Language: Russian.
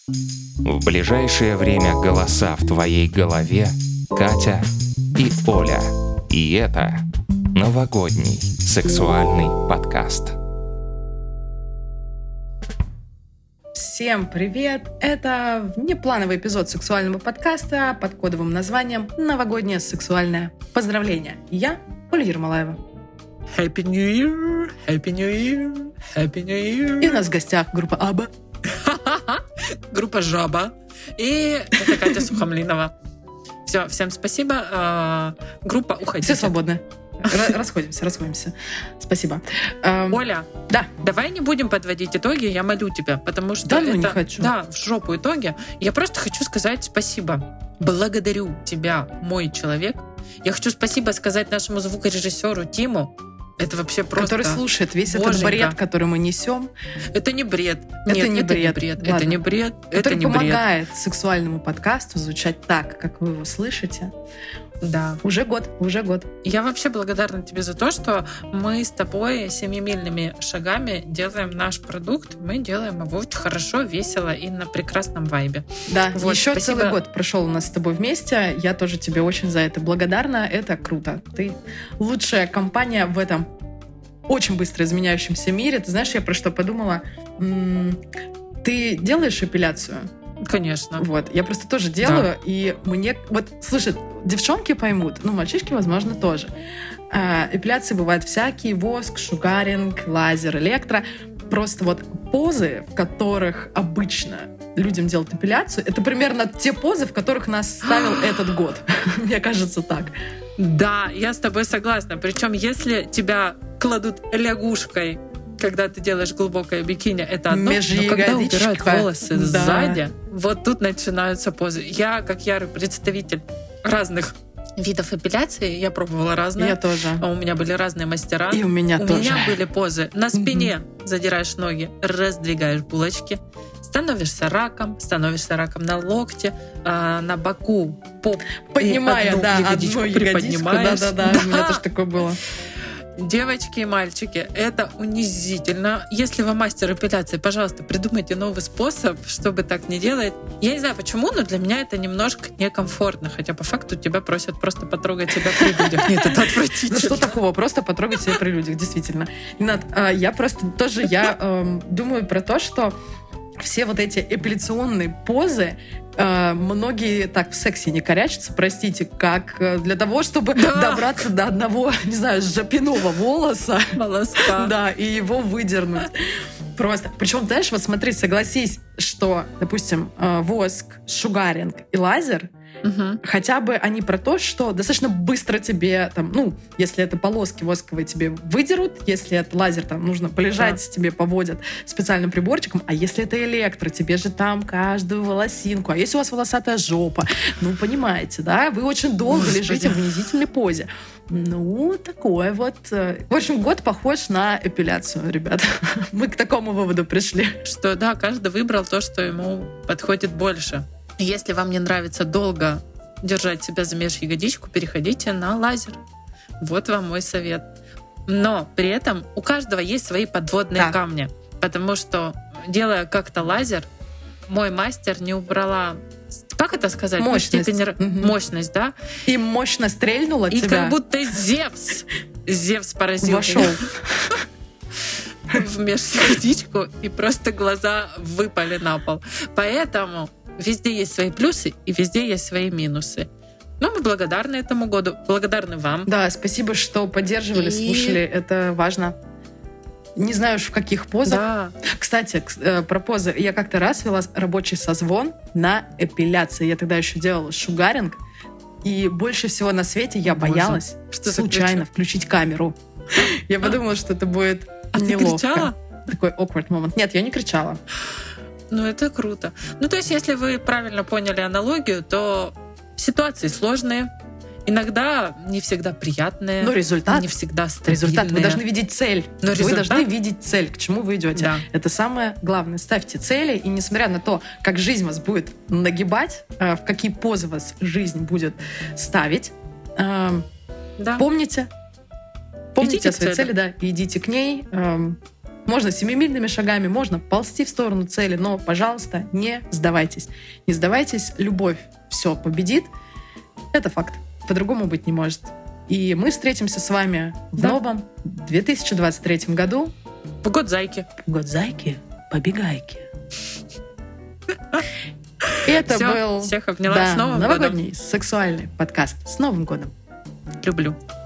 В ближайшее время голоса в твоей голове Катя и Оля. И это новогодний сексуальный подкаст. Всем привет! Это внеплановый эпизод сексуального подкаста под кодовым названием «Новогоднее сексуальное поздравление». И я, Оля Ермолаева. Happy New Year! Happy New Year! Happy New Year! И у нас в гостях группа Аба. Группа Жаба. И это Катя Сухомлинова. Все, всем спасибо. Группа, уходите. Все свободны. Расходимся. Спасибо. Оля, да. Давай не будем подводить итоги, я молю тебя, потому что да, это... не хочу. Да, в жопу итоги. Я просто хочу сказать спасибо. Благодарю тебя, мой человек. Я хочу спасибо сказать нашему звукорежиссеру Тиму. Это вообще просто... Который слушает весь этот бред, который мы несем. Это не бред. Это Нет, не это бред. Не бред. Ладно. Это не бред. Который это не помогает сексуальному подкасту звучать так, как вы его слышите. Да. Уже год. Я вообще благодарна тебе за то, что мы с тобой семимильными шагами делаем наш продукт. Мы делаем его очень хорошо, весело и на прекрасном вайбе. Да, вот, еще спасибо. Целый год прошел у нас с тобой вместе. Я тоже тебе очень за это благодарна. Это круто. Ты лучшая компания в этом очень быстро изменяющемся мире. Ты знаешь, я про что подумала? Ты делаешь эпиляцию? Конечно. Вот. Я просто тоже делаю, да. И мне... Вот, слушай, девчонки поймут, мальчишки, возможно, тоже. Эпиляции бывают всякие. Воск, шугаринг, лазер, электро. Просто вот позы, в которых обычно людям делают эпиляцию, это примерно те позы, в которых нас ставил этот год. Мне кажется, так. Да, я с тобой согласна. Причем, если тебя кладут лягушкой, когда ты делаешь глубокое бикини, это одно. Но когда убирают волосы сзади, вот тут начинаются позы. Я, как ярый представитель разных видов эпиляции, я пробовала разные. Я тоже. У меня были разные мастера. И у меня тоже. У меня были позы. На спине задираешь ноги, раздвигаешь булочки, становишься раком на локте, на боку поп. Поднимая, одну ягодичку приподнимаешь. Да, у меня тоже такое было. Девочки и мальчики, это унизительно. Если вы мастер эпиляции, пожалуйста, придумайте новый способ, чтобы так не делать. Я не знаю почему, но для меня это немножко некомфортно. Хотя по факту тебя просят просто потрогать себя при людях. Нет, это отвратительно. Ну что такого? Просто потрогать себя при людях, действительно. Над, я просто тоже думаю про то, что все вот эти эпиляционные позы многие так в сексе не корячатся, простите, как для того, чтобы добраться до одного, не знаю, жопиного волоса. Волоска. Да, и его выдернуть. Просто. Причем, знаешь, вот смотри, согласись, что, допустим, воск, шугаринг и лазер, хотя бы они про то, что достаточно быстро тебе, там, если это полоски восковые, тебе выдерут, если это лазер, там нужно полежать, тебе поводят специальным приборчиком, а если это электро, тебе же там каждую волосинку, а если у вас волосатая жопа, понимаете, да, вы очень долго лежите в унизительной позе. Такое вот. В общем, год похож на эпиляцию, ребят. Мы к такому выводу пришли. Что, да, каждый выбрал то, что ему подходит больше. Если вам не нравится долго держать себя за межягодичку, переходите на лазер. Вот вам мой совет. Но при этом у каждого есть свои подводные камни. Потому что, делая как-то лазер, мой мастер не убрала... Как это сказать? Мощность. Мощность, да? И мощно стрельнула тебя. И как будто Зевс поразил. Вошел. В межягодичку, и просто глаза выпали на пол. Поэтому везде есть свои плюсы и везде есть свои минусы. Но мы благодарны этому году, благодарны вам. Да, спасибо, что поддерживали, слушали. Это важно. Не знаю уж в каких позах. Да. Кстати, про позы. Я как-то раз вела рабочий созвон на эпиляции. Я тогда еще делала шугаринг. И больше всего на свете я боялась случайно включить камеру. Я подумала, что это будет неловко. Ты кричала? Такой awkward момент. Нет, я не кричала. Это круто. То есть, если вы правильно поняли аналогию, то ситуации сложные, иногда не всегда приятные, но результат не всегда стабильные. Результат. Вы должны видеть цель. Но вы должны видеть цель, к чему вы идете. Да. Это самое главное. Ставьте цели, и несмотря на то, как жизнь вас будет нагибать, в какие позы вас жизнь будет ставить, помните о своей цели, да, и идите к ней. Можно семимильными шагами, можно ползти в сторону цели, но, пожалуйста, не сдавайтесь. Не сдавайтесь, любовь все победит. Это факт. По-другому быть не может. И мы встретимся с вами в новом 2023 году. В год зайки. В год зайки, побегайки. Это был всех обняла с Новым годом. новогодний сексуальный подкаст. С Новым годом! Люблю.